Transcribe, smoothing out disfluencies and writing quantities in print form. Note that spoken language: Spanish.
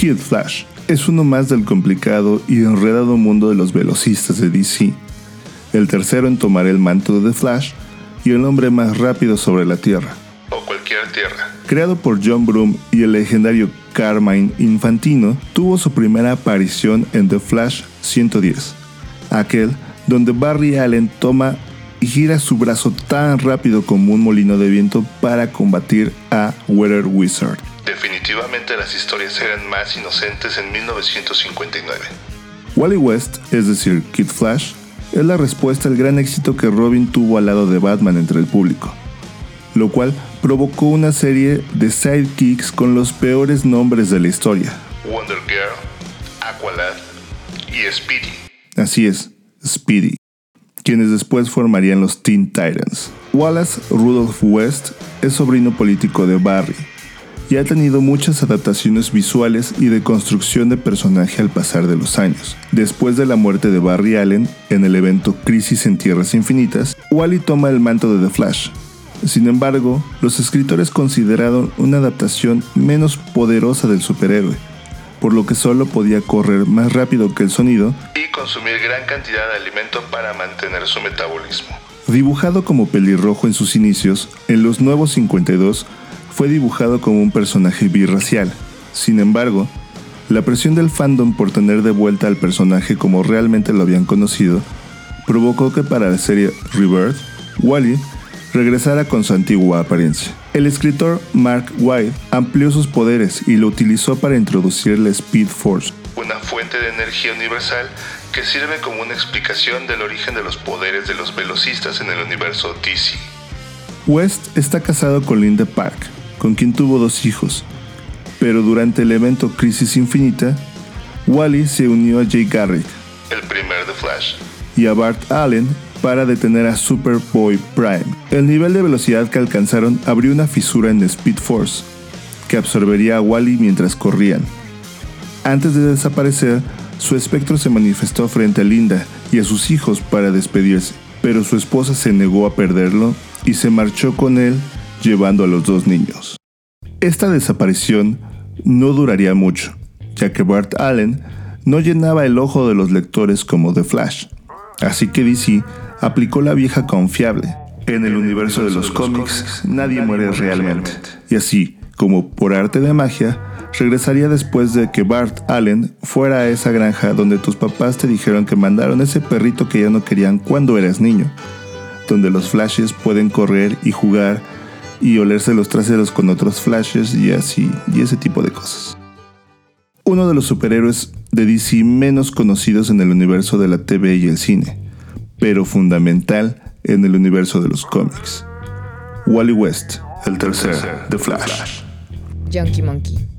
Kid Flash es uno más del complicado y enredado mundo de los velocistas de DC, el tercero en tomar el manto de The Flash y el hombre más rápido sobre la Tierra. O cualquier tierra. Creado por John Broome y el legendario Carmine Infantino, tuvo su primera aparición en The Flash 110, aquel donde Barry Allen toma y gira su brazo tan rápido como un molino de viento para combatir a Weather Wizard. Definitivamente las historias eran más inocentes en 1959. Wally West, es decir, Kid Flash, es la respuesta al gran éxito que Robin tuvo al lado de Batman entre el público, lo cual provocó una serie de sidekicks con los peores nombres de la historia. Wonder Girl, Aqualad y Speedy. Así es, Speedy, quienes después formarían los Teen Titans. Wallace Rudolph West es sobrino político de Barry y ha tenido muchas adaptaciones visuales y de construcción de personaje al pasar de los años. Después de la muerte de Barry Allen en el evento Crisis en Tierras Infinitas, Wally toma el manto de The Flash. Sin embargo, los escritores consideraron una adaptación menos poderosa del superhéroe, por lo que solo podía correr más rápido que el sonido y consumir gran cantidad de alimento para mantener su metabolismo. Dibujado como pelirrojo en sus inicios, en los Nuevos 52 fue dibujado como un personaje birracial. Sin embargo, la presión del fandom por tener de vuelta al personaje como realmente lo habían conocido provocó que para la serie Rebirth, Wally regresara con su antigua apariencia. El escritor Mark Waid amplió sus poderes y lo utilizó para introducir la Speed Force, una fuente de energía universal que sirve como una explicación del origen de los poderes de los velocistas en el universo DC. West está casado con Linda Park, con quien tuvo 2 hijos, pero durante el evento Crisis Infinita, Wally se unió a Jay Garrick, el primer The Flash, y a Bart Allen para detener a Superboy Prime. El nivel de velocidad que alcanzaron abrió una fisura en la Speed Force, que absorbería a Wally mientras corrían. Antes de desaparecer, su espectro se manifestó frente a Linda y a sus hijos para despedirse, pero su esposa se negó a perderlo y se marchó con él, llevando a los 2 niños. Esta desaparición no duraría mucho, ya que Bart Allen no llenaba el ojo de los lectores como The Flash, así que DC aplicó la vieja confiable. En el universo de los cómics, nadie muere realmente. Y así, como por arte de magia, regresaría después de que Bart Allen fuera a esa granja donde tus papás te dijeron que mandaron ese perrito que ya no querían cuando eras niño, donde los Flashes pueden correr y jugar y olerse los traseros con otros Flashes y así, y ese tipo de cosas. Uno de los superhéroes de DC menos conocidos en el universo de la TV y el cine, pero fundamental en el universo de los cómics. Wally West, el tercer The Flash. Junkie Monkey.